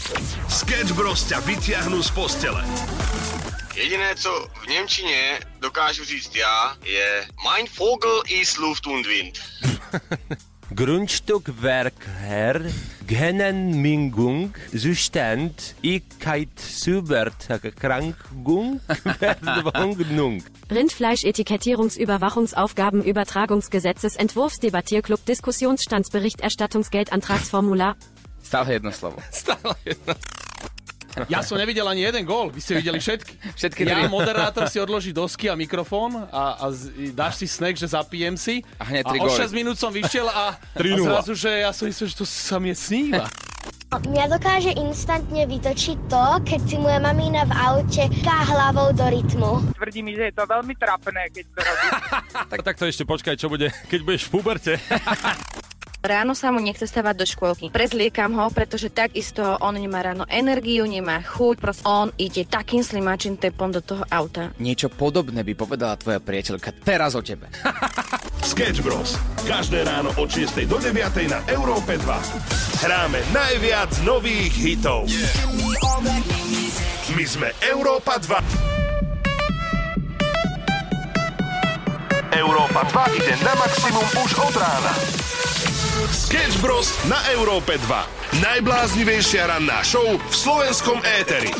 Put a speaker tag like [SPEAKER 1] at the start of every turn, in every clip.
[SPEAKER 1] Sketch Bros ťa vytiahnu z postele.
[SPEAKER 2] Jediné, co v němčině dokážu říct já, je Mein Vogel ist Luft und Wind.
[SPEAKER 3] Grundstückwerker, Genehmigung, Zustand, Ikeit, Erkrankung, Verdwungnung.
[SPEAKER 4] Rindfleisch-Etikettierungsüberwachungsaufgaben, Übertragungsgesetzesentwurfsdebattierclub, Diskussionsstandsberichterstattungsgeldantragsformular.
[SPEAKER 5] Stále jedno slovo.
[SPEAKER 6] Ja som nevidel ani jeden gól, vy ste videli všetky.
[SPEAKER 5] Všetky
[SPEAKER 6] ja,
[SPEAKER 5] tri.
[SPEAKER 6] moderátor, si odloží dosky a mikrofón a dáš si snack, že zapijem si.
[SPEAKER 5] A hneď
[SPEAKER 6] a
[SPEAKER 5] tri
[SPEAKER 6] o
[SPEAKER 5] góly.
[SPEAKER 6] 6 minút som vyšiel a zrazu, že ja som myslel, že to sa mi sníva.
[SPEAKER 7] Mňa dokáže instantne vytočiť to, keď si moja mamína v aute ká hlavou do rytmu.
[SPEAKER 8] Tvrdí mi, že je to veľmi trapné, keď to robí.
[SPEAKER 3] Tak to ešte počkaj, čo bude, keď budeš v puberte.
[SPEAKER 9] Ráno sa mu nechce stavať do škôlky. Prezliekam ho, pretože takisto on nemá ráno energiu, nemá chuť. Proste on ide takým slimáčim tempom do toho auta.
[SPEAKER 5] Niečo podobné by povedala tvoja priateľka teraz o tebe.
[SPEAKER 1] Sketch Bros. Každé ráno od 6 do 9 na Európe 2. Hráme najviac nových hitov. My sme Európa 2. Európa 2 ide na maximum už od rána. Sketch Bros. na Európe 2. Najbláznivejšia ranná show v slovenskom éteri.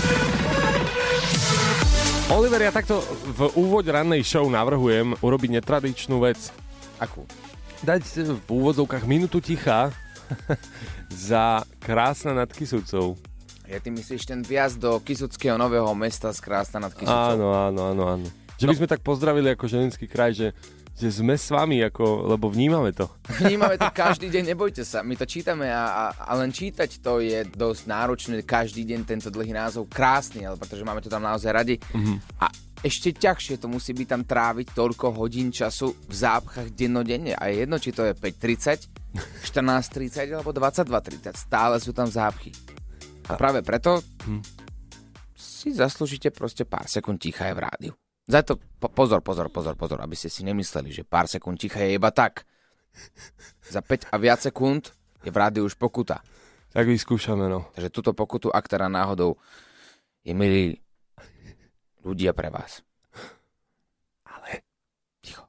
[SPEAKER 3] Oliver, ja takto v úvode rannej show navrhujem urobiť netradičnú vec.
[SPEAKER 5] Akú?
[SPEAKER 3] Dať v úvodzovkách minútu ticha za Krásna nad Kysucou.
[SPEAKER 5] Ja ty myslíš ten vjazd do Kysuckého Nového Mesta z Krásna nad Kysucou?
[SPEAKER 3] Áno. Že by sme tak pozdravili ako Žilinský kraj, že sme s vami, lebo vnímame to.
[SPEAKER 5] Vnímame to každý deň, nebojte sa. My to čítame a len čítať to je dosť náročné. Každý deň tento dlhý názov krásny, ale pretože máme to tam naozaj radi. Mm-hmm. A ešte ťažšie to musí byť tam tráviť toľko hodín času v zápchách dennodenne. A je jedno, či to je 5:30, 14:30 alebo 22:30. Stále sú tam zápchy. A práve preto si zaslúžite proste pár sekúnd ticha aj v rádiu. Za to pozor, aby ste si nemysleli, že pár sekúnd ticha je iba tak. Za 5 a viac sekúnd je v rádiu už pokuta.
[SPEAKER 3] Tak vyskúšame, no.
[SPEAKER 5] Takže túto pokutu, ak teda náhodou je, milí ľudia, pre vás. Ale ticho.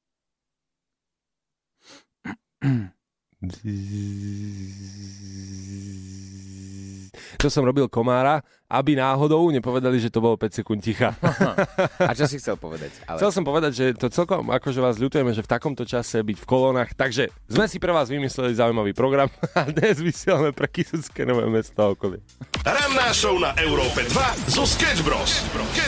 [SPEAKER 3] To som robil komára, aby náhodou nepovedali, že to bolo 5 sekúnd ticha.
[SPEAKER 5] A čo si chcel povedať?
[SPEAKER 3] Chcel som povedať, že to celkom akože vás ľutujeme, že v takomto čase byť v kolónach. Takže sme si pre vás vymysleli zaujímavý program a dnes vysielame pre Kysucké Nové Mesto a okolie.
[SPEAKER 1] Ranná show na Európe 2 zo Sketch Bros.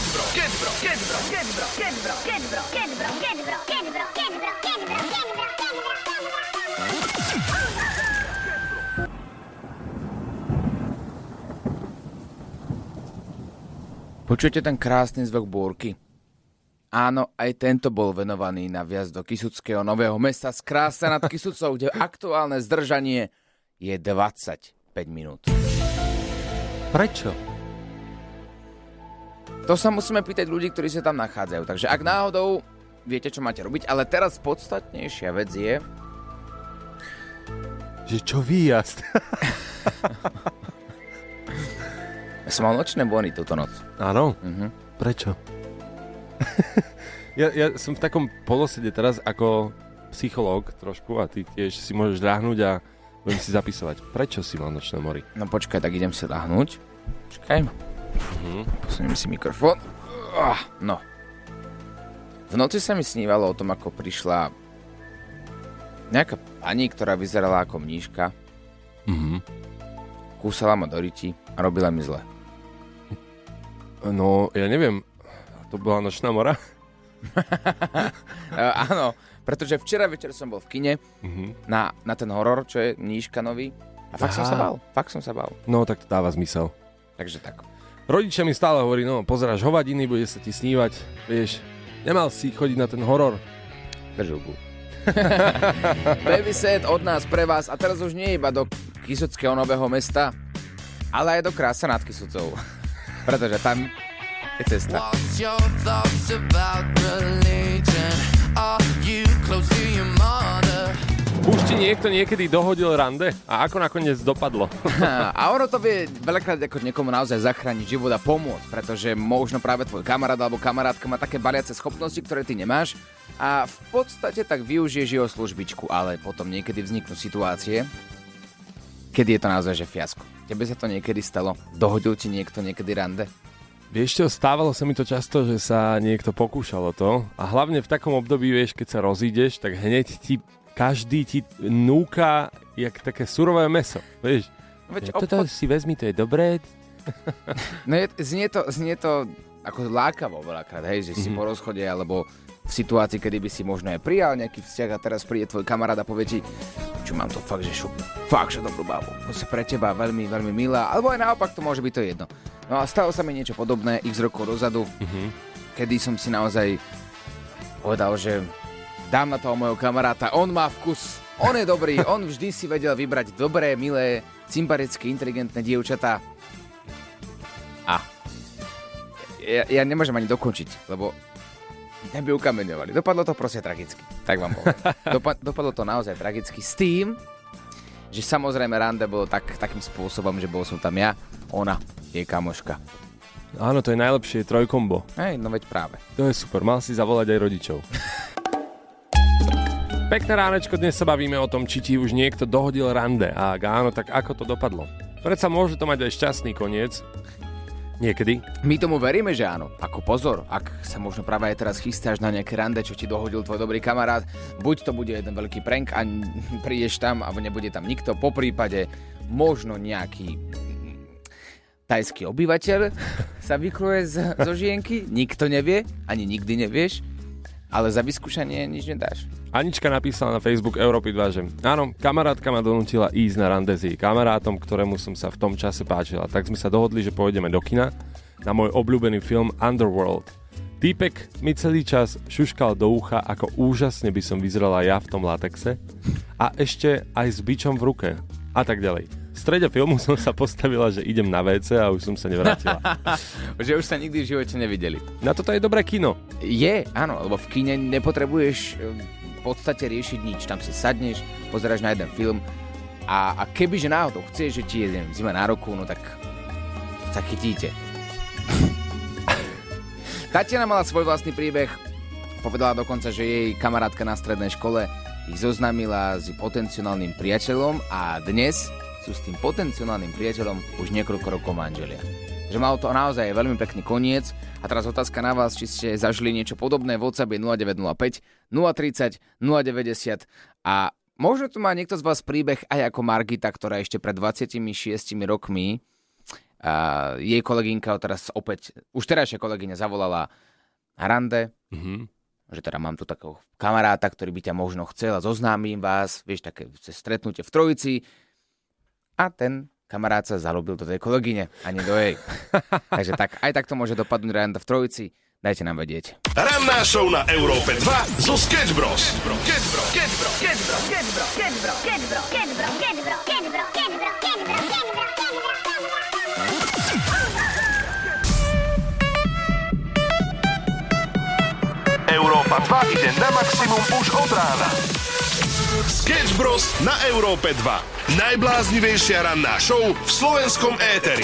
[SPEAKER 5] Počujete ten krásny zvuk búrky? Áno, aj tento bol venovaný na vjazd do Kysuckého Nového Mesta z Krásna nad Kysucou, kde aktuálne zdržanie je 25 minút.
[SPEAKER 3] Prečo?
[SPEAKER 5] To sa musíme pýtať ľudí, ktorí sa tam nachádzajú. Takže ak náhodou viete, čo máte robiť, ale teraz podstatnejšia vec je...
[SPEAKER 3] Že čo výjazd?
[SPEAKER 5] Ja som mal nočné bony túto noc.
[SPEAKER 3] Áno? Prečo? ja som v takom polosede teraz ako psychológ trošku a ty tiež si môžeš ľahnúť a budem si zapisovať. Prečo si mal nočné mory?
[SPEAKER 5] No počkaj, tak idem si ľahnúť. Počkaj. Posuniem si mikrofón. No. V noci sa mi snívalo o tom, ako prišla nejaká pani, ktorá vyzerala ako mníška. Kúsala ma do ryti a robila mi zle.
[SPEAKER 3] No, ja neviem. To bola nočná mora?
[SPEAKER 5] Áno, pretože včera večer som bol v kine na ten horor, čo je mníška nový. A fakt som sa bál.
[SPEAKER 3] No, tak to dáva zmysel.
[SPEAKER 5] Takže tak.
[SPEAKER 3] Rodičia mi stále hovorí, no, pozeráš hovadiny, bude sa ti snívať. Vieš, nemal si chodiť na ten horor.
[SPEAKER 5] Držubu. Baby set od nás pre vás. A teraz už nie iba do Kysuckého Nového Mesta, ale aj do Krásna nad Kysucou. Pretože tam je cesta. What's your thoughts about religion? Are you close to your mother?
[SPEAKER 3] Už ti niekto niekedy dohodil rande? A ako nakoniec dopadlo?
[SPEAKER 5] A ono to vie veľakrát ako niekomu naozaj zachrániť život a pomôcť, pretože možno práve tvoj kamarát alebo kamarátka má také baliace schopnosti, ktoré ty nemáš a v podstate tak využiješ jeho službičku, ale potom niekedy vzniknú situácie, kedy je to naozaj že fiasko. Tebe sa to niekedy stalo? Dohodil ti niekto niekedy rande?
[SPEAKER 3] Vieš čo, stávalo sa mi to často, že sa niekto pokúšalo to a hlavne v takom období, vieš, keď sa rozídeš, tak hneď každý ti núka jak také surové mäso, vieš. Toto si vezmi, to je dobré.
[SPEAKER 5] No znie to ako lákavo veľakrát, hej, že si po rozchode alebo v situácii, kedy by si možno aj prijal nejaký vzťah a teraz príde tvoj kamarát a povie ti, čo mám to fakt, že fakt, že dobrú bábu. To si pre teba veľmi, veľmi milá, alebo aj naopak to môže byť to jedno. No a stalo sa mi niečo podobné x rokov dozadu, kedy som si naozaj povedal, že dám na toho mojho kamaráta, on má vkus, on je dobrý, on vždy si vedel vybrať dobré, milé, sympatické, inteligentné dievčatá. A ja nemôžem ani dokončiť, lebo mňa by ukameňovali. Dopadlo to proste tragicky, tak vám poviem. Dopadlo to naozaj tragicky s tým, že samozrejme rande bolo takým spôsobom, že bol som tam ja, ona, jej kamoška.
[SPEAKER 3] Áno, to je najlepšie trojkombo.
[SPEAKER 5] Hej, no veď práve.
[SPEAKER 3] To je super, mal si zavolať aj rodičov. Pekné ránečko, dnes sa bavíme o tom, či ti už niekto dohodil rande. A ak áno, tak ako to dopadlo? Predsa môže to mať aj šťastný koniec. Niekedy.
[SPEAKER 5] My tomu veríme, že áno. Ako pozor, ak sa možno práve aj teraz chystáš na nejaké rande, čo ti dohodil tvoj dobrý kamarát, buď to bude jeden veľký prank a prídeš tam, alebo nebude tam nikto, po prípade možno nejaký tajský obyvateľ sa vykroje zo žienky, nikto nevie, ani nikdy nevieš, ale za vyskúšanie nič nedáš.
[SPEAKER 3] Anička napísala na Facebook Európy 2, že áno, kamarátka ma donútila ísť na rande s jej kamarátom, ktorému som sa v tom čase páčila. Tak sme sa dohodli, že pôjdeme do kina na môj obľúbený film Underworld. Týpek mi celý čas šuškal do ucha, ako úžasne by som vyzerala ja v tom latexe a ešte aj s bičom v ruke a tak ďalej. V strede filmu som sa postavila, že idem na WC a už som sa nevrátila.
[SPEAKER 5] Že už sa nikdy v živote nevideli.
[SPEAKER 3] Na toto je dobré kino.
[SPEAKER 5] Je, áno, lebo v kine nepotrebuješ v podstate riešiť nič. Tam si sadneš, pozeráš na jeden film a kebyže náhodou chceš, že ti je zima na roku, no tak sa chytíte. Tatiana mala svoj vlastný príbeh. Povedala dokonca, že jej kamarátka na strednej škole ich zoznámila s potenciálnym priateľom a dnes sú s tým potenciálnym priateľom už niekoľko rokov manželia. Že malo to naozaj veľmi pekný koniec. A teraz otázka na vás, či ste zažili niečo podobné. WhatsApp je 0905 030 090 a možno tu má niekto z vás príbeh aj ako Margita, ktorá ešte pred 26 rokmi jej kolegynka, teraz opäť, už terajšia kolegyňa zavolala na rande, že teda mám tu takého kamaráta, ktorý by ťa možno chcel a zoznámim vás, vieš, také stretnutie v trojici a ten kamarát sa zalúbil do tej kolegyne a nie do jej. Takže tak, aj tak to môže dopadnúť randa v trojici. Dajte nám vedieť.
[SPEAKER 1] Ranná show na Európe 2 zo Sketch Bros. Európa 2 ide na maximum už od rána. Sketch Bros na Európe 2. Najbláznivejšia ranná show v slovenskom éteri.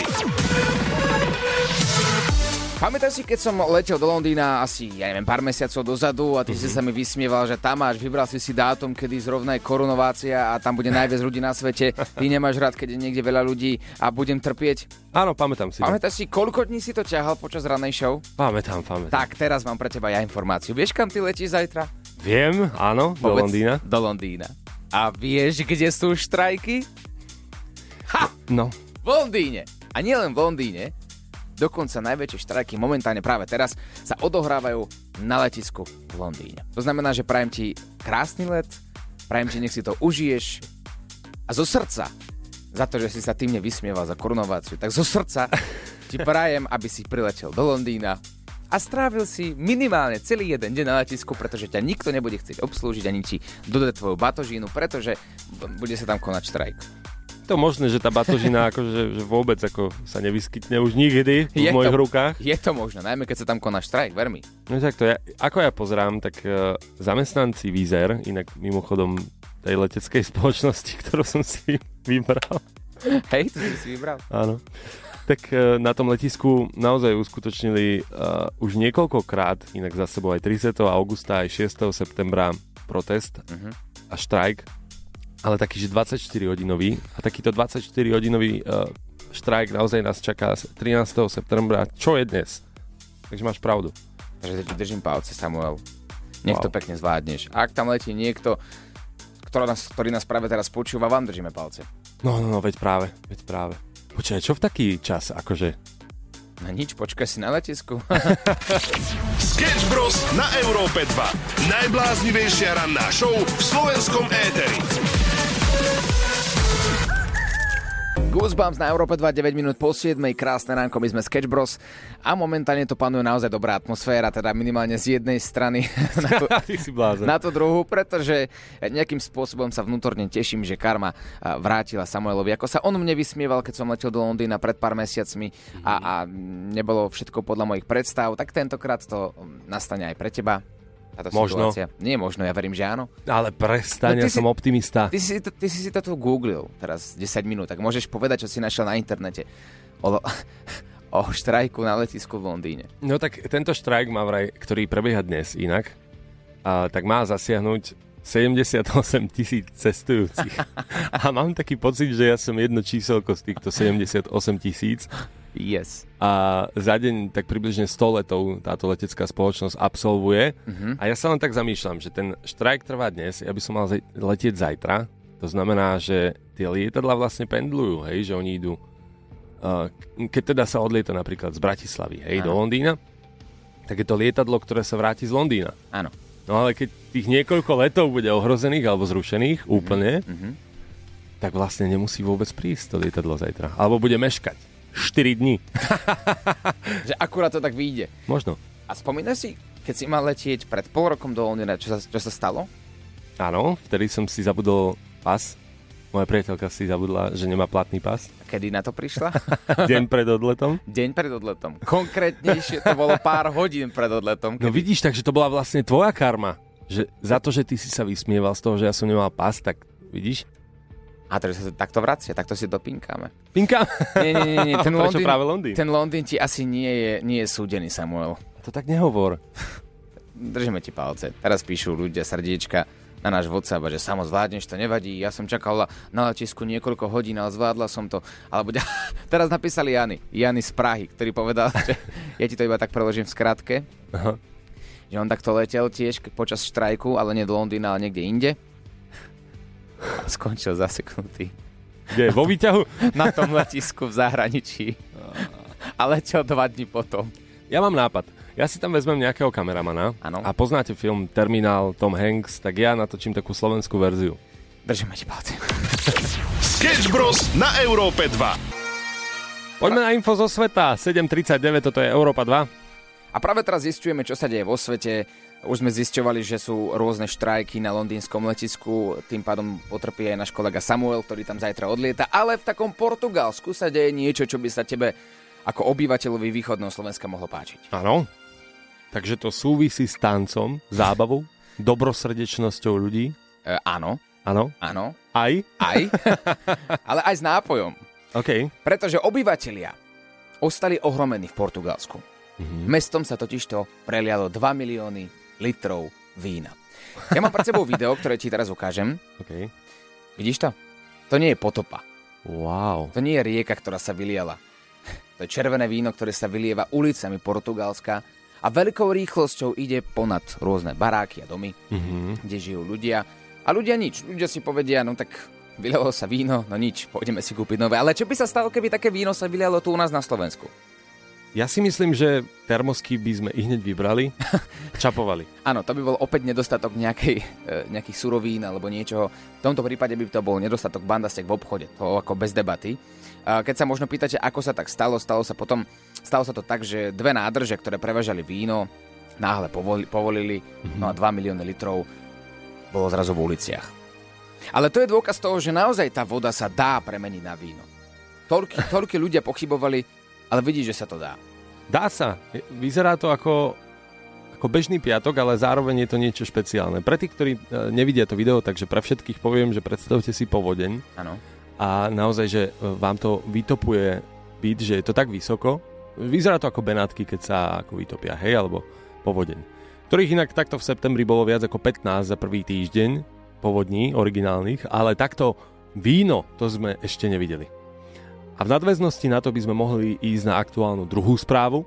[SPEAKER 5] Pamätáš si, keď som letel do Londýna asi, pár mesiacov dozadu a ty si sa mi vysmieval, že tam máš, vybral si dátum, kedy zrovna je korunovácia a tam bude najviac ľudí na svete. Ty nemáš rád, keď je niekde veľa ľudí a budem trpieť?
[SPEAKER 3] Áno, pamätám si.
[SPEAKER 5] Pamätáš si, koľko dní si to ťahal počas rannej show?
[SPEAKER 3] Pamätám.
[SPEAKER 5] Tak, teraz mám pre teba ja informáciu. Vieš, kam ty letíš zajtra?
[SPEAKER 3] Viem, áno, do Londýna.
[SPEAKER 5] Do Londýna. A vieš, kde sú štrajky?
[SPEAKER 3] No.
[SPEAKER 5] V Londýne. A nielen v Londýne, dokonca najväčšie štrajky momentálne práve teraz sa odohrávajú na letisku v Londýne. To znamená, že prajem ti krásny let, prajem ti, nech si to užiješ a zo srdca, za to, že si sa tým nevysmieval za korunováciu, tak zo srdca ti prajem, aby si priletel do Londýna a strávil si minimálne celý jeden deň na letisku, pretože ťa nikto nebude chcieť obslúžiť ani ti dodať tvoju batožínu, pretože bude sa tam konať štrajk.
[SPEAKER 3] To možné, že tá batožina akože že vôbec ako sa nevyskytne už nikdy v mojich rukách.
[SPEAKER 5] Je to možné, najmä keď sa tam koná štrajk, ver mi.
[SPEAKER 3] No tak to ja, ako ja pozerám, tak zamestnanci Wizz Air, inak mimochodom tej leteckej spoločnosti, ktorú som si vybral.
[SPEAKER 5] Hej, to si vybral.
[SPEAKER 3] Áno. Tak na tom letisku naozaj uskutočnili už niekoľkokrát, inak za sebou aj 30. augusta, aj 6. septembra protest a štrajk, ale taký, že 24-hodinový. A takýto 24-hodinový štrajk naozaj nás čaká 13. septembra, čo je dnes. Takže máš pravdu.
[SPEAKER 5] Takže ti držím palce, Samuel. Nech to pekne zvládneš. Ak tam letí niekto, ktorý nás práve teraz počúva, vám držíme palce.
[SPEAKER 3] No, veď práve. Počkaj, čo v taký čas, akože?
[SPEAKER 5] No nič, počkaj si na letisku.
[SPEAKER 1] Sketch Bros. Na Európe 2. Najbláznivejšia ranná show v slovenskom éteri.
[SPEAKER 5] Goosebumps na Európe 2, 9 minút po 7, krásne ránko, my sme Sketch Bros. A momentálne to panuje naozaj dobrá atmosféra, teda minimálne z jednej strany na tú druhú, pretože nejakým spôsobom sa vnútorne teším, že karma vrátila Samuelovi. Ako sa on mne vysmieval, keď som letel do Londýna pred pár mesiacmi a nebolo všetko podľa mojich predstav, tak tentokrát to nastane aj pre teba.
[SPEAKER 3] Možno.
[SPEAKER 5] Situácia. Nie možno, ja verím, že áno.
[SPEAKER 3] Ale prestaň, ja som optimista.
[SPEAKER 5] Ty si to tu googlil teraz 10 minút, tak môžeš povedať, čo si našiel na internete o štrajku na letisku v Londýne.
[SPEAKER 3] No tak tento štrajk má vraj, ktorý prebieha dnes inak, tak má zasiahnuť 78 000 cestujúcich. A mám taký pocit, že ja som jedno číselko z týchto 78 000.
[SPEAKER 5] Yes.
[SPEAKER 3] A za deň tak približne 100 letov táto letecká spoločnosť absolvuje. A ja sa len tak zamýšľam, že ten štrajk trvá dnes, ja by som mal letieť zajtra. To znamená, že tie lietadlá vlastne pendlujú, hej, že oni idú, keď teda sa odlieta napríklad z Bratislavy, hej, do Londýna, tak je to lietadlo, ktoré sa vráti z Londýna.
[SPEAKER 5] Áno.
[SPEAKER 3] No ale keď tých niekoľko letov bude ohrozených alebo zrušených úplne, tak vlastne nemusí vôbec prísť to lietadlo zajtra. Alebo bude meškať 4 dní.
[SPEAKER 5] Že akurát to tak vyjde.
[SPEAKER 3] Možno.
[SPEAKER 5] A spomínaš si, keď si mal letieť pred pol rokom do Londýna, čo sa stalo?
[SPEAKER 3] Áno, vtedy som si zabudol pas. Moja priateľka si zabudla, že nemá platný pas.
[SPEAKER 5] A kedy na to prišla?
[SPEAKER 3] Deň pred odletom.
[SPEAKER 5] Deň pred odletom. Konkrétnejšie to bolo pár hodín pred odletom.
[SPEAKER 3] No vidíš, takže to bola vlastne tvoja karma. Že za to, že ty si sa vysmieval z toho, že ja som nemal pas, tak vidíš?
[SPEAKER 5] A to, že sa takto vracia, takto si to pinkáme.
[SPEAKER 3] Pinkáme?
[SPEAKER 5] Nie.
[SPEAKER 3] Prečo práve Londýn?
[SPEAKER 5] Ten Londýn ti asi nie je súdený, Samuel.
[SPEAKER 3] To tak nehovor.
[SPEAKER 5] Držíme ti palce. Teraz píšu ľudia srdiečka na náš WhatsApp, že Samo, zvládneš, to nevadí. Ja som čakala na letisku niekoľko hodín, ale zvládla som to. Alebo teraz napísali Jany z Prahy, ktorý povedal, že ja ti to iba tak preložím v skratke.
[SPEAKER 3] Aha.
[SPEAKER 5] Že on takto letel tiež počas štrajku, ale nie do Londýna, ale niekde inde. A skončil zaseknutý.
[SPEAKER 3] Kde? Vo výťahu?
[SPEAKER 5] Na tom letisku v zahraničí. A letel 2 dní potom.
[SPEAKER 3] Ja mám nápad. Ja si tam vezmem nejakého kameramana.
[SPEAKER 5] Ano.
[SPEAKER 3] A poznáte film Terminál, Tom Hanks, tak ja natočím takú slovenskú verziu.
[SPEAKER 5] Držíme ti palce.
[SPEAKER 1] Sketch Bros. Na Európe 2.
[SPEAKER 3] Poďme na info zo sveta. 7.39, toto je Európa 2.
[SPEAKER 5] A práve teraz zisťujeme, čo sa deje vo svete. Už sme zisťovali, že sú rôzne štrajky na londýnskom letisku, tým pádom potrpí aj náš kolega Samuel, ktorý tam zajtra odlieta, ale v takom Portugalsku sa deje niečo, čo by sa tebe ako obyvateľovi východného Slovenska mohlo páčiť.
[SPEAKER 3] Áno, takže to súvisí s tancom, zábavou, dobrosrdečnosťou ľudí.
[SPEAKER 5] Áno.
[SPEAKER 3] Áno?
[SPEAKER 5] Áno.
[SPEAKER 3] Aj?
[SPEAKER 5] Aj, ale aj s nápojom.
[SPEAKER 3] OK.
[SPEAKER 5] Pretože obyvatelia ostali ohromení v Portugalsku. Mestom sa totižto prelialo 2 milióny litrov vína. Ja mám pred sebou video, ktoré ti teraz ukážem.
[SPEAKER 3] Okay.
[SPEAKER 5] Vidíš to? To nie je potopa.
[SPEAKER 3] Wow.
[SPEAKER 5] To nie je rieka, ktorá sa vyliala. To je červené víno, ktoré sa vylieva ulicami Portugalska a veľkou rýchlosťou ide ponad rôzne baráky a domy, kde žijú ľudia. A ľudia nič. Ľudia si povedia, no tak vylialo sa víno, no nič, pôjdeme si kúpiť nové. Ale čo by sa stalo, keby také víno sa vylialo tu u nás na Slovensku?
[SPEAKER 3] Ja si myslím, že termosky by sme i hneď vybrali, čapovali.
[SPEAKER 5] Áno, to by bol opäť nedostatok nejakých surovín alebo niečoho. V tomto prípade by to bol nedostatok bandastiek v obchode, to ako bez debaty. Keď sa možno pýtate, ako sa tak stalo sa to tak, že 2 nádrže, ktoré prevážali víno, náhle povolili, no a 2 milióny litrov bolo zrazu v uliciach. Ale to je dôkaz toho, že naozaj tá voda sa dá premeniť na víno. Toľky ľudia pochybovali, ale vidíš, že sa to dá.
[SPEAKER 3] Dá sa. Vyzerá to ako ako bežný piatok, ale zároveň je to niečo špeciálne. Pre tých, ktorí nevidia to video, takže pre všetkých poviem, že predstavte si povodeň.
[SPEAKER 5] Áno.
[SPEAKER 3] A naozaj, že vám to vytopuje byt, že je to tak vysoko. Vyzerá to ako Benátky, keď sa ako vytopia, hej, alebo povodeň. Ktorých inak takto v septembri bolo viac ako 15 za prvý týždeň povodní originálnych, ale takto víno to sme ešte nevideli. A v nadväznosti na to by sme mohli ísť na aktuálnu druhú správu.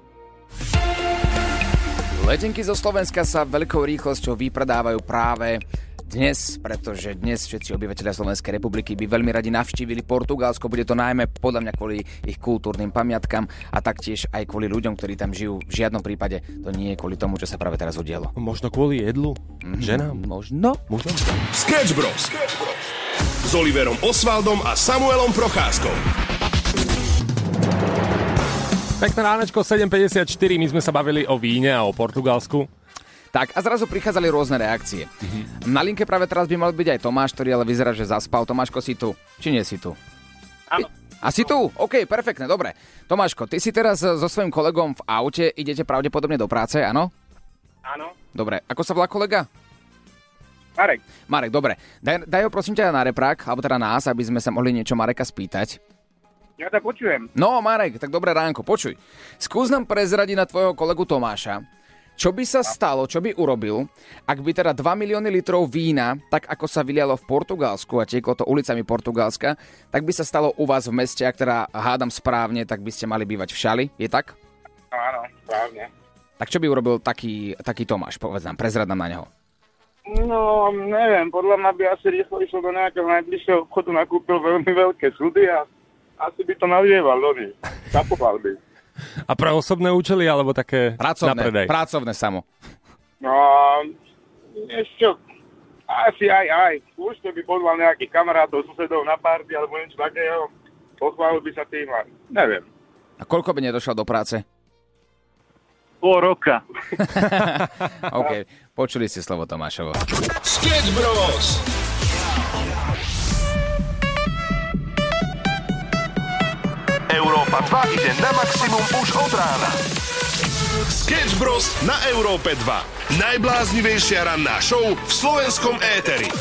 [SPEAKER 5] Letenky zo Slovenska sa veľkou rýchlosťou vypredávajú práve dnes, pretože dnes všetci obyvateľia Slovenskej republiky by veľmi radi navštívili Portugalsko. Bude to najmä podľa mňa kvôli ich kultúrnym pamiatkam a taktiež aj kvôli ľuďom, ktorí tam žijú. V žiadnom prípade to nie je kvôli tomu, čo sa práve teraz udialo.
[SPEAKER 3] Možno kvôli jedlu? Ženám?
[SPEAKER 5] Možno.
[SPEAKER 1] Sketch Bros. S Oliverom Osvaldom a Samuelom Procházkou.
[SPEAKER 3] Pekné ránečko, 7.54, my sme sa bavili o víne a o Portugalsku.
[SPEAKER 5] Tak a zrazu prichádzali rôzne reakcie. Na linke práve teraz by mal byť aj Tomáš, ktorý ale vyzerá, že zaspal. Tomáško, si tu? Či nie si tu?
[SPEAKER 8] Áno.
[SPEAKER 5] A si tu? OK, perfektne, dobre. Tomáško, ty si teraz so svojím kolegom v aute, idete pravdepodobne do práce, áno?
[SPEAKER 8] Áno.
[SPEAKER 5] Dobre, ako sa volá kolega?
[SPEAKER 8] Marek,
[SPEAKER 5] dobre. Daj ho prosím ťa na reprák, alebo teda nás, aby sme sa mohli niečo Mareka spýtať.
[SPEAKER 8] ja ťa počujem.
[SPEAKER 5] No, Marek, tak dobré ránko, počuj. Skús nám prezradiť na tvojho kolegu Tomáša, čo by sa stalo, čo by urobil, ak by teda 2 milióny litrov vína, tak ako sa vylialo v Portugalsku a tieklo to ulicami Portugalska, tak by sa stalo u vás v meste, ak teda hádam správne, tak by ste mali bývať v Šali, je tak?
[SPEAKER 8] Áno, správne.
[SPEAKER 5] Tak čo by urobil taký Tomáš, povedz nám, prezrad nám na neho.
[SPEAKER 8] No, neviem, podľa mňa by asi rýchlo išiel do nejakého najbližšieho obchodu, nakúpil veľmi veľké súdy a asi by to nalieval do nich. Zapoval by.
[SPEAKER 3] A pre osobné účely, alebo také na predaj?
[SPEAKER 5] Pracovné samo.
[SPEAKER 8] No, ešte, asi aj. Určite by podval nejakých kamarátov, susedov na party alebo niečo takého. Pochválil by sa tým a neviem.
[SPEAKER 5] A koľko by nedošlo do práce?
[SPEAKER 8] Pol roka.
[SPEAKER 5] OK, počuli ste slovo Tomášovo.
[SPEAKER 1] Sketch Bros. Európa 2 ide na maximum už od rána. Sketch Bros. Na Európe 2. Najbláznivejšia ranná show v slovenskom éteri.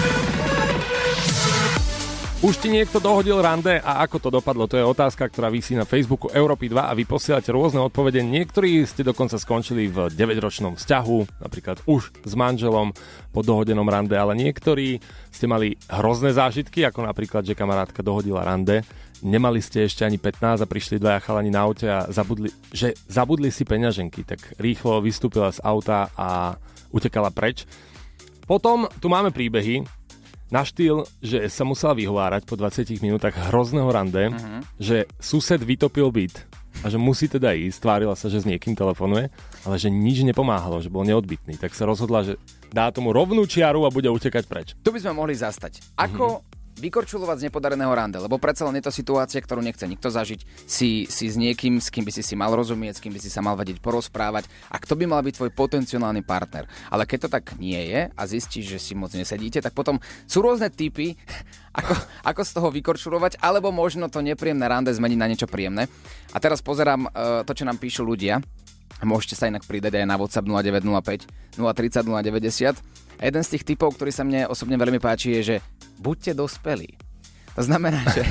[SPEAKER 3] Už ti niekto dohodil rande a ako to dopadlo? To je otázka, ktorá visí na Facebooku Európy 2 a vy posielate rôzne odpovede. Niektorí ste dokonca skončili v 9-ročnom vzťahu, napríklad už s manželom po dohodenom rande, ale niektorí ste mali hrozné zážitky, ako napríklad, že kamarátka dohodila rande. Nemali ste ešte ani 15 a prišli dvaja chalani na aute a zabudli si peňaženky, tak rýchlo vystúpila z auta a utekala preč. Potom tu máme príbehy na štýl, že sa musela vyhovárať po 20 minútach hrozného rande, že sused vytopil byt a že musí teda ísť, tvárila sa, že s niekým telefonuje, ale že nič nepomáhalo, že bol neodbytný, tak sa rozhodla, že dá tomu rovnú čiaru a bude utekať preč.
[SPEAKER 5] Tu by sme mohli zastať. Ako vykorčulovať z nepodareného rande, lebo predsa len je to situácia, ktorú nechce nikto zažiť, si s niekým, s kým by si mal rozumieť, s kým by si sa mal vedieť porozprávať a kto by mal byť tvoj potenciálny partner. Ale keď to tak nie je a zistíš, že si moc nesedíte, tak potom sú rôzne typy, ako z toho vykorčulovať, alebo možno to nepríjemné rande zmeniť na niečo príjemné. A teraz pozerám to, čo nám píšu ľudia. Môžete sa inak pridať aj na WhatsApp 0905 030 090. A jeden z tých typov, ktorý sa mne osobne veľmi páči, je, že buďte dospelí. To znamená, že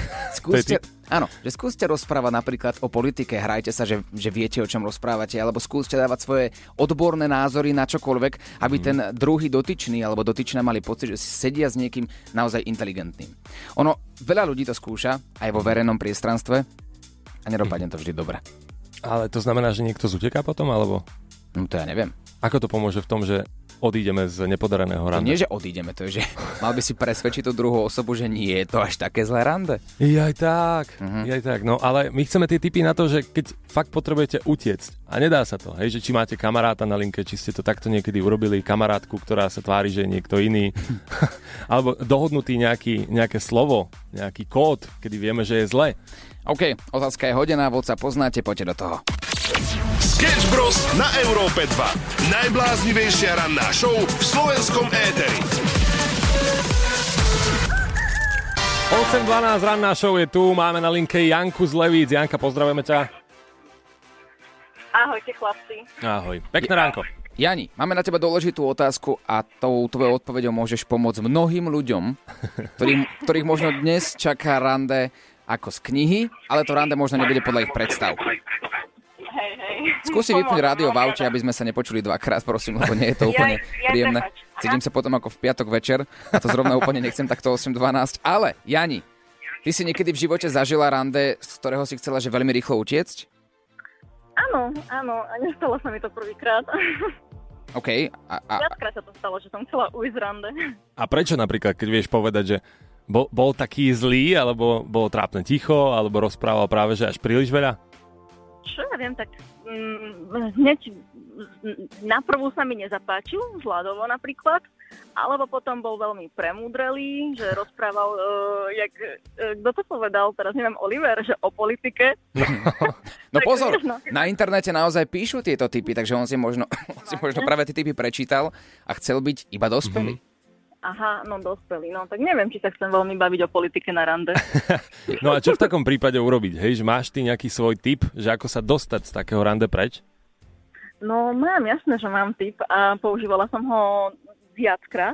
[SPEAKER 5] skúste rozprávať napríklad o politike, hrajte sa, že viete, o čom rozprávate, alebo skúste dávať svoje odborné názory na čokoľvek, aby ten druhý dotyčný alebo dotyčná mali pocit, že sedia s niekým naozaj inteligentným. Veľa ľudí to skúša aj vo verejnom priestranstve a nedopadne to vždy dobre.
[SPEAKER 3] Ale to znamená, že niekto zuteká potom, alebo?
[SPEAKER 5] No to ja neviem.
[SPEAKER 3] Ako to pomôže v tom, že odídeme z nepodareného rande?
[SPEAKER 5] To nie, že odídeme, to je, že mal by si presvedčiť tú druhú osobu, že nie je to až také zlé rande.
[SPEAKER 3] Jaj tak. No ale my chceme tie tipy na to, že keď fakt potrebujete utiecť a nedá sa to, hej, že či máte kamaráta na linke, či ste to takto niekedy urobili, kamarátku, ktorá sa tvári, že je niekto iný, alebo dohodnutý nejaké slovo, nejaký kód, kedy vieme, že je zle.
[SPEAKER 5] OK, otázka je hodená, WhatsApp poznáte, poďte do toho.
[SPEAKER 1] Sketch Bros. Na Európe 2. Najbláznivejšia ranná show v slovenskom éteri.
[SPEAKER 3] 8.12 ranná show je tu, máme na linke Janku z Levíc. Janka, pozdravujeme ťa.
[SPEAKER 4] Ahojte chlapci.
[SPEAKER 3] Ahoj, pekné ránko.
[SPEAKER 5] Jani, máme na teba dôležitú otázku a tou tvojou odpoveďou môžeš pomôcť mnohým ľuďom, ktorých možno dnes čaká rande ako z knihy, ale to rande možno nebude podľa ich predstav.
[SPEAKER 4] Hej.
[SPEAKER 5] Skúsi vypnúť rádio v aute, aby sme sa nepočuli dvakrát, prosím, lebo nie je to úplne príjemné. Cítim sa potom ako v piatok večer a to zrovna úplne nechcem takto 8:12. Ale, Jani, ty si niekedy v živote zažila rande, z ktorého si chcela, že veľmi rýchlo utiecť?
[SPEAKER 4] Áno, a nestalo sa mi to prvýkrát.
[SPEAKER 5] OK.
[SPEAKER 4] Viackrát sa to stalo, že som chcela ujsť z rande.
[SPEAKER 3] A prečo napríklad, keď vieš povedať, že bol taký zlý, alebo bolo trápne ticho, alebo rozprával práve, že až príliš veľa?
[SPEAKER 4] Čo ja viem, tak hneď naprvú sa mi nezapáčil, vzhľadovo napríklad, alebo potom bol veľmi premúdrelý, že rozprával, kto to povedal, teraz neviem, Oliver, že o politike.
[SPEAKER 5] No pozor, na internete naozaj píšu tieto typy, takže on si možno práve tie typy prečítal a chcel byť iba dospelý.
[SPEAKER 4] Aha, no dospelý, no tak neviem, či sa chcem veľmi baviť o politike na rande.
[SPEAKER 3] No a čo v takom prípade urobiť, hej? Že máš ty nejaký svoj tip, že ako sa dostať z takého rande preč?
[SPEAKER 4] No mám, jasné, že mám tip a používala som ho viackrát.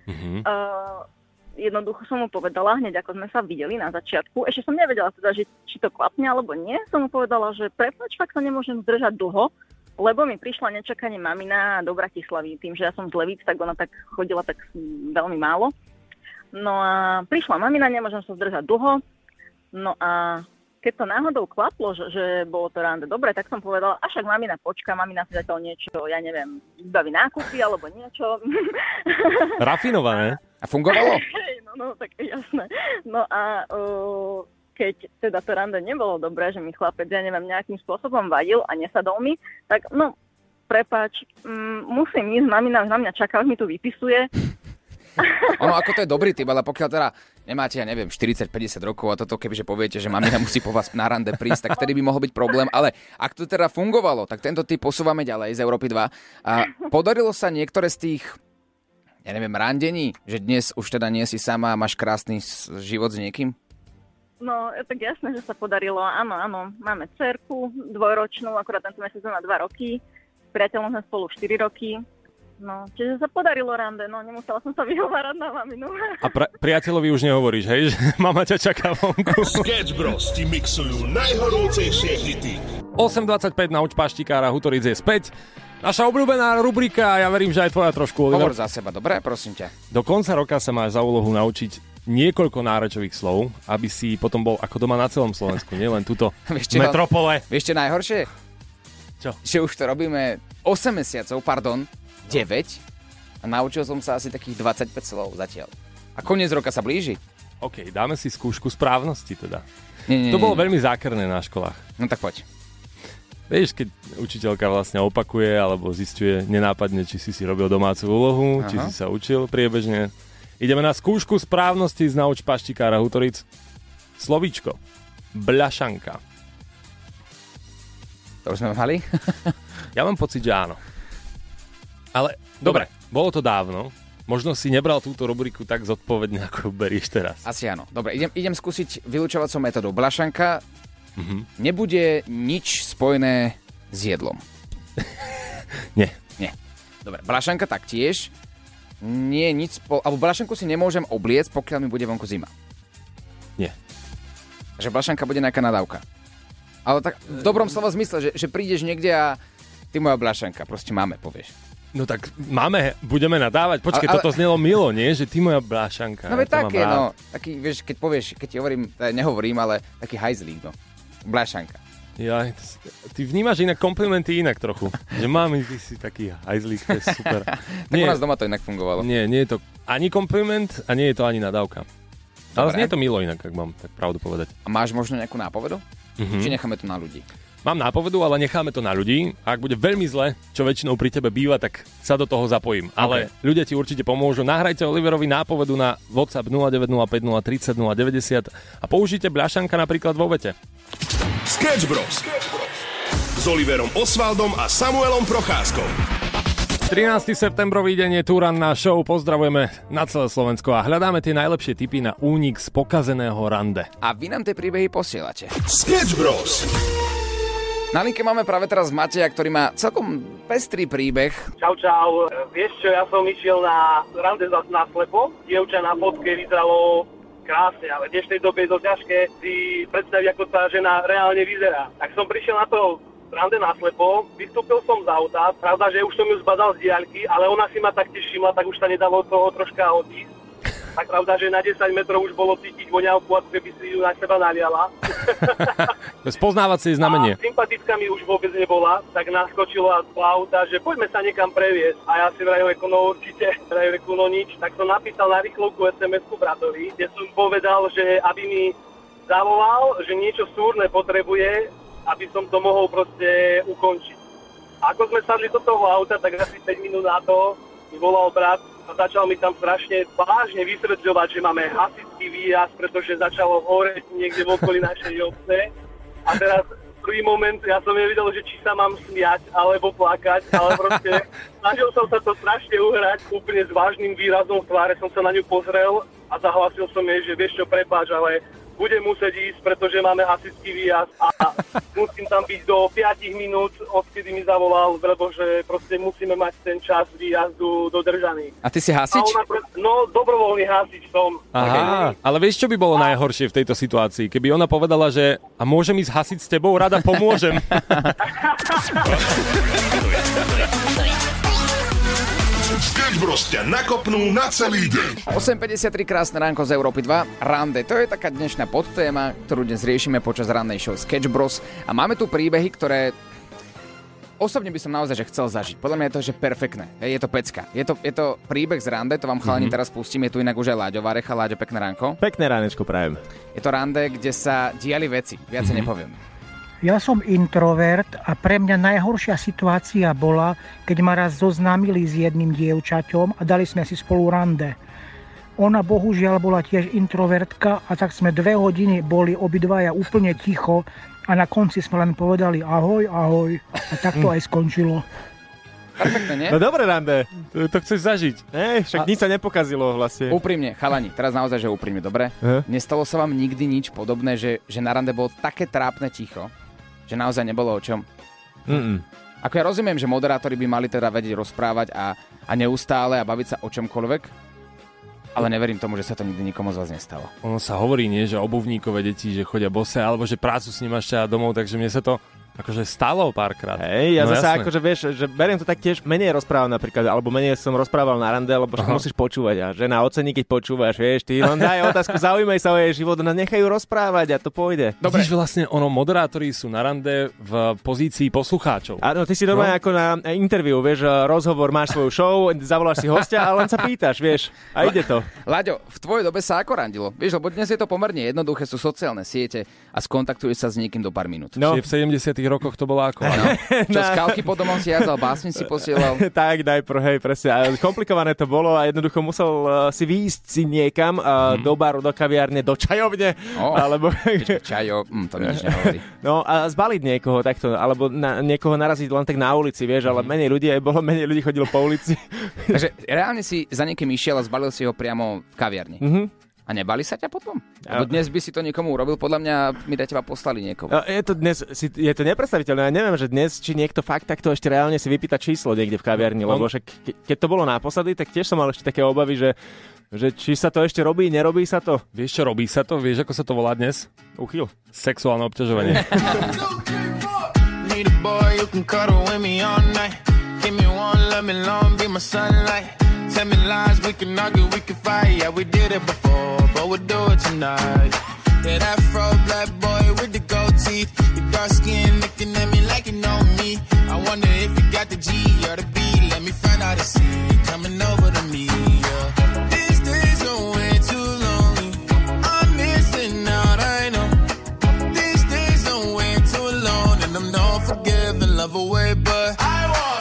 [SPEAKER 4] Jednoducho som mu povedala, hneď ako sme sa videli na začiatku, ešte som nevedela teda, že či to klapne alebo nie, som mu povedala, že prepáč, fakt sa nemôžem zdržať dlho, lebo mi prišla nečakane mamina do Bratislavy. Tým, že ja som z Levíc, tak ona tak chodila tak veľmi málo. No a prišla mamina, nemôžem sa zdržať dlho. No a keď to náhodou klaplo, že bolo to rande dobre, tak som povedala, a však mamina počká, mamina si zatiaľ niečo, ja neviem, vybaví nákupy alebo niečo.
[SPEAKER 3] Rafinované.
[SPEAKER 5] A fungovalo?
[SPEAKER 4] No, tak jasné. No a keď teda to rande nebolo dobré, že mi chlapec, ja neviem, nejakým spôsobom vadil a nesadol mi, tak no, prepáč, musím ísť, mamina na mňa čaká, už mi tu vypisuje.
[SPEAKER 5] Ono, ako to je dobrý typ, ale pokiaľ teda nemáte, ja neviem, 40-50 rokov a toto, kebyže poviete, že mamina musí po vás na rande prísť, tak vtedy by mohol byť problém, ale ak to teda fungovalo, tak tento typ posúvame ďalej z Európy 2. A podarilo sa niektoré z tých, ja neviem, randení, že dnes už teda nie si sama a máš krásny život s niekým?
[SPEAKER 4] No, tak jasné, že sa podarilo, áno, máme dcerku, 2-ročnú, akurát tento mesiac má 2 roky, s priateľom sme spolu 4 roky. No, čiže sa podarilo rande, no nemusela som sa vyhovárať na maminu.
[SPEAKER 3] A priateľovi už nehovoríš, hej, že mama ťa čaká vonku.
[SPEAKER 1] Sketch Bros ti mixujú najhorúcejšie hity.
[SPEAKER 3] 8.25 na Uč Paštikára, Hutoric je späť. Naša obľúbená rubrika, ja verím, že aj tvoja trošku, Oliver.
[SPEAKER 5] Hovor za seba, dobre? Prosím ťa.
[SPEAKER 3] Do konca roka sa máš za úlohu naučiť niekoľko nárečových slov, aby si potom bol ako doma na celom Slovensku, nielen tuto metropole.
[SPEAKER 5] Vieš čo najhoršie?
[SPEAKER 3] Čo?
[SPEAKER 5] Že už to robíme 8 mesiacov, 9 a naučil som sa asi takých 25 slov zatiaľ. A koniec roka sa blíži.
[SPEAKER 3] OK, dáme si skúšku správnosti teda.
[SPEAKER 5] Nie.
[SPEAKER 3] To bolo veľmi zákerné na školách.
[SPEAKER 5] No tak poď.
[SPEAKER 3] Vieš, keď učiteľka vlastne opakuje alebo zisťuje nenápadne, či si robil domácu úlohu, či si sa učil priebežne. Ideme na skúšku správnosti z Nauč Paštikára Hutoric. Slovíčko. Bľašanka.
[SPEAKER 5] To už sme mali?
[SPEAKER 3] Ja mám pocit, že áno. Ale, dobre, bolo to dávno. Možno si nebral túto rubriku tak zodpovedne, ako berieš teraz.
[SPEAKER 5] Asi áno. Dobre, idem skúsiť vylučovacou metodou. Bľašanka nebude nič spojené s jedlom.
[SPEAKER 3] Nie.
[SPEAKER 5] Dobre, bľašanka taktiež nie je nič alebo bľašanku si nemôžem obliecť, pokiaľ mi bude vonku zima.
[SPEAKER 3] Nie.
[SPEAKER 5] Že bľašanka bude nejaká nadávka. Ale tak v dobrom slova zmysle, že prídeš niekde a ty moja bľašanka, proste máme, povieš.
[SPEAKER 3] No tak budeme nadávať. Počkej, toto znelo milo, nie? Že ty moja bľašanka.
[SPEAKER 5] No veď také, no. Taký, vieš, keď povieš, keď ti hovorím, nehovorím, ale taký hajzlík, no. Bľašanka.
[SPEAKER 3] Ja, ty vnímaš inak komplimenty inak trochu. Že mami, ty si taký hajzlík, to je super.
[SPEAKER 5] Tak u nás doma to inak fungovalo.
[SPEAKER 3] Nie je to ani kompliment a nie je to ani nadávka. Ale nie je to milo inak, ak mám tak pravdu povedať.
[SPEAKER 5] A máš možno nejakú nápovedu? Či necháme to na ľudí?
[SPEAKER 3] Mám nápovedu, ale necháme to na ľudí. A ak bude veľmi zle, čo väčšinou pri tebe býva, tak sa do toho zapojím. Ale ľudia ti určite pomôžu. Nahrajte Oliverovi nápovedu na WhatsApp 0905 030 90 a použite bľašanka napríklad vo vete.
[SPEAKER 1] Sketch Bros. S Oliverom Osvaldom a Samuelom Procházkou.
[SPEAKER 3] 13. septembrový deň je Túran na show. Pozdravujeme na celé Slovensko a hľadáme tie najlepšie tipy na únik z pokazeného rande.
[SPEAKER 5] A vy nám tie príbehy posielate.
[SPEAKER 1] Sketch Bros.
[SPEAKER 5] Na linke máme práve teraz Mateja, ktorý má celkom pestrý príbeh.
[SPEAKER 10] Čau. Vieš čo, ja som išiel na rande na slepo. Dievča na fotke vyzeralo krásne, ale v dnešnej dobe je to ťažké si predstaviť, ako tá žena reálne vyzerá. Tak som prišiel na to rande na slepo, vystúpil som z auta, pravda, že už som ju zbadal z diaľky, ale ona si ma taktiež všimla, tak už sa nedalo toho troška odísť. Tak pravda, že na 10 metrov už bolo cítiť voňavku, ako keby si ju na seba naliala.
[SPEAKER 3] Spoznávacie znamenie.
[SPEAKER 10] A sympatická mi už vôbec nebola, tak naskočila do auta, že poďme sa niekam previesť. A ja si vrajú, no určite, no nič. Tak som napísal na rýchlovku SMS-ku bratovi, kde som povedal, že aby mi zavolal, že niečo súrne potrebuje, aby som to mohol proste ukončiť. A ako sme sadli do toho auta, tak asi 5 minút na to mi volal brat, a začal mi tam strašne vážne vysvetľovať, že máme hasičský výjazd, pretože začalo horeť niekde v okolí našej obce. A teraz prvý moment, ja som nevedel, že či sa mám smiať alebo plakať, ale proste snažil som sa to strašne uhrať úplne s vážnym výrazom v tváre, som sa na ňu pozrel a zahlasil som jej, že vieš čo, prepáč, ale budem musieť ísť, pretože máme hasičský výjazd a musím tam byť do 5 minút, odkedy mi zavolal, lebo že proste musíme mať ten čas výjazdu dodržaný.
[SPEAKER 5] A ty si hasič?
[SPEAKER 10] No, dobrovoľný hasič som.
[SPEAKER 3] Aha, ale vieš, čo by bolo najhoršie v tejto situácii? Keby ona povedala, že a môžem ísť hasiť s tebou, rada pomôžem.
[SPEAKER 1] Sketch Bros ťa nakopnú na celý deň.
[SPEAKER 5] 8.53, krásne ránko z Európy 2. Rande, to je taká dnešná podtéma, ktorú dnes riešime počas rannej show Sketch Bros. A máme tu príbehy, ktoré osobne by som naozaj že chcel zažiť. Podľa mňa je to že perfektné. Je to pecka. Je to príbeh z rande, to vám chalani teraz pustím. Je tu inak už aj Láďo Varecha. Láďo, pekné ránko.
[SPEAKER 11] Pekné ránečko prajem.
[SPEAKER 5] Je to rande, kde sa diali veci. Viacej nepoviem.
[SPEAKER 12] Ja som introvert a pre mňa najhoršia situácia bola, keď ma raz zoznámili s jedným dievčaťom a dali sme si spolu rande. Ona bohužiaľ bola tiež introvertka a tak sme 2 hodiny boli obidvaja úplne ticho a na konci sme len povedali ahoj a tak to aj skončilo.
[SPEAKER 5] Perfektne, nie?
[SPEAKER 11] No dobre, rande.
[SPEAKER 3] To chceš zažiť.
[SPEAKER 11] Však nič sa nepokazilo vlastne.
[SPEAKER 5] Úprimne, chalani, teraz naozaj, že úprimne, dobre? Nestalo sa vám nikdy nič podobné, že na rande bolo také trápne ticho, že naozaj nebolo o čom? Ako ja rozumiem, že moderátori by mali teda vedieť rozprávať a neustále a baviť sa o čomkoľvek, ale neverím tomu, že sa to nikdy nikomu z vás nestalo.
[SPEAKER 3] Ono sa hovorí, nie, že obuvníkové deti, že chodia bose, alebo že prácu s ním máš domov, takže mne sa to akože stalo párkrát.
[SPEAKER 11] Ja zase akože vieš, že beriem to tak tiež, menej rozprávam napríklad, alebo menej som rozprával na rande, lebo musíš počúvať a žena ocení, keď počúvaš, vieš, ty len daj otázku, zaujímaj sa o jej život, no nechajú rozprávať a to pôjde.
[SPEAKER 3] Dobre. Vidíš, vlastne moderátori sú na rande v pozícii poslucháčov.
[SPEAKER 11] Áno, ty si normálne ako na interview, vieš, rozhovor, máš svoju show, zavoláš si hostia a len sa pýtaš, vieš, a ide to.
[SPEAKER 5] Láďo, v tvojej dobe sa ako randilo? Vieš, lebo dnes je to pomerne jednoduché, sú sociálne siete a skontaktuješ sa s niekým do pár minút.
[SPEAKER 3] No. Čiže v 70 rokoch to bolo ako?
[SPEAKER 5] Čo, skálky pod domom si jazdal, básne si posielal?
[SPEAKER 11] Tak, hej, presne. A komplikované to bolo a jednoducho musel si výjsť si niekam do baru, do kaviárne, do čajovne. Alebo...
[SPEAKER 5] Čajo, to mi nič nehovorí.
[SPEAKER 11] No a zbaliť niekoho takto, alebo niekoho naraziť len tak na ulici, vieš, ale menej ľudí chodilo po ulici.
[SPEAKER 5] Takže reálne si za niekým išiel a zbalil si ho priamo v kaviarni. A nebali sa ťa potom? Lebo dnes by si to niekomu urobil, podľa mňa mi na teba poslali niekomu.
[SPEAKER 11] Je to nepredstaviteľné, ja neviem, že dnes, či niekto fakt takto ešte reálne si vypýta číslo niekde v kaviarni, lebo však keď to bolo naposledy, tak tiež som mal ešte také obavy, že či sa to ešte robí, nerobí sa to.
[SPEAKER 3] Vieš, čo robí sa to? Vieš, ako sa to volá dnes?
[SPEAKER 11] Uchyl.
[SPEAKER 3] Sexuálne obťažovanie.
[SPEAKER 13] Tell me lies, we can argue, we can fight. Yeah, we did it before, but we'll do it tonight. Yeah, that fro black boy with the gold teeth. Your dark skin looking at me like you know me. I wonder if you got the G or the B. Let me find out and see coming over to me. Yeah. These days are way too lonely. I'm missing out, I know. These days are way too alone, and I'm not forgiving, love away, but I want.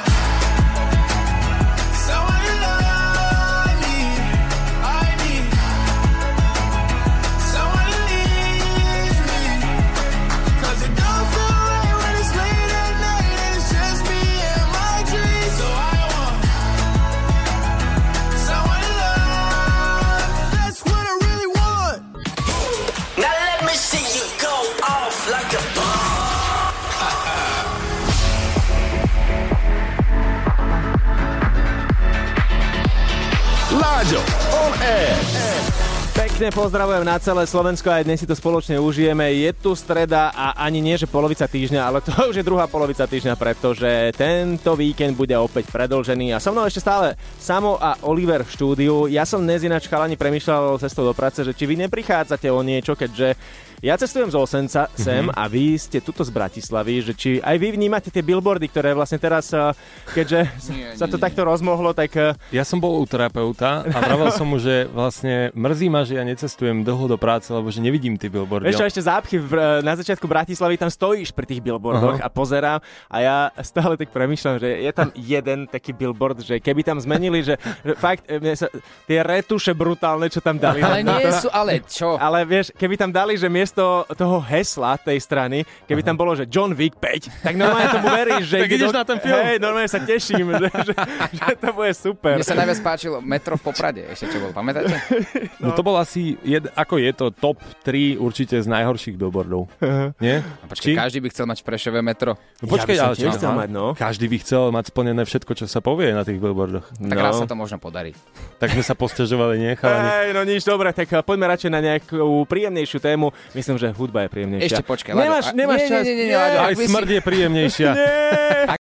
[SPEAKER 1] Láďo on air.
[SPEAKER 11] Pekne pozdravujem na celé Slovensko, aj dnes si to spoločne užijeme. Je tu streda a ani nie, že polovica týždňa, ale to už je druhá polovica týždňa, pretože tento víkend bude opäť predĺžený a so mnou ešte stále Samo a Oliver v štúdiu. Ja som dnes ináč chalani premýšľal cestou do práce, že či vy neprichádzate o niečo, keďže ja cestujem z Osenca sem a vy ste tuto z Bratislavy, že či aj vy vnímate tie billboardy, ktoré vlastne teraz, keďže sa to takto rozmohlo, tak...
[SPEAKER 3] Ja som bol u terapeuta a vravel som mu, že vlastne mrzí ma, že ja necestujem dlho do práce, lebo že nevidím tie billboardy.
[SPEAKER 11] Vieš čo, ešte zápchy na začiatku Bratislavy, tam stojíš pri tých billboardoch a pozerám a ja stále tak premýšľam, že je tam jeden taký billboard, že keby tam zmenili, že fakt tie retuše brutálne, čo tam dali.
[SPEAKER 5] Ale nie sú, ale čo?
[SPEAKER 11] Ale vieš, keby tam dali, že miesto toho hesla tej strany, keby tam bolo, že John Wick 5, tak normálne tomu veríš, že...
[SPEAKER 3] Tak ideš na ten film.
[SPEAKER 11] Hej, normálne sa teším, že to bude super.
[SPEAKER 5] Mne sa najviac páčilo Metro v Poprade, ešte čo bol, pamätáte?
[SPEAKER 3] No to bol asi, ako je to top 3 určite z najhorších billboardov. Nie?
[SPEAKER 5] A počkej, každý by chcel mať Prešové metro.
[SPEAKER 3] No počkej,
[SPEAKER 11] ja
[SPEAKER 3] ale
[SPEAKER 11] tiež chcel mať, no.
[SPEAKER 3] Každý by chcel mať splnené všetko, čo sa povie na tých billboardoch.
[SPEAKER 5] Tak raz sa to možno podarí.
[SPEAKER 3] Tak sme sa posťažovali, nie, chalani?
[SPEAKER 11] Hej, no nič, dobre, tak poďme radšej na nejakú príjemnejšiu tému. Myslím, že hudba je príjemnejšia.
[SPEAKER 5] Ešte počkaj, Láďo.
[SPEAKER 11] Nemáš čas.
[SPEAKER 5] Nie,
[SPEAKER 3] aj smrť je príjemnejšia.
[SPEAKER 11] Nie.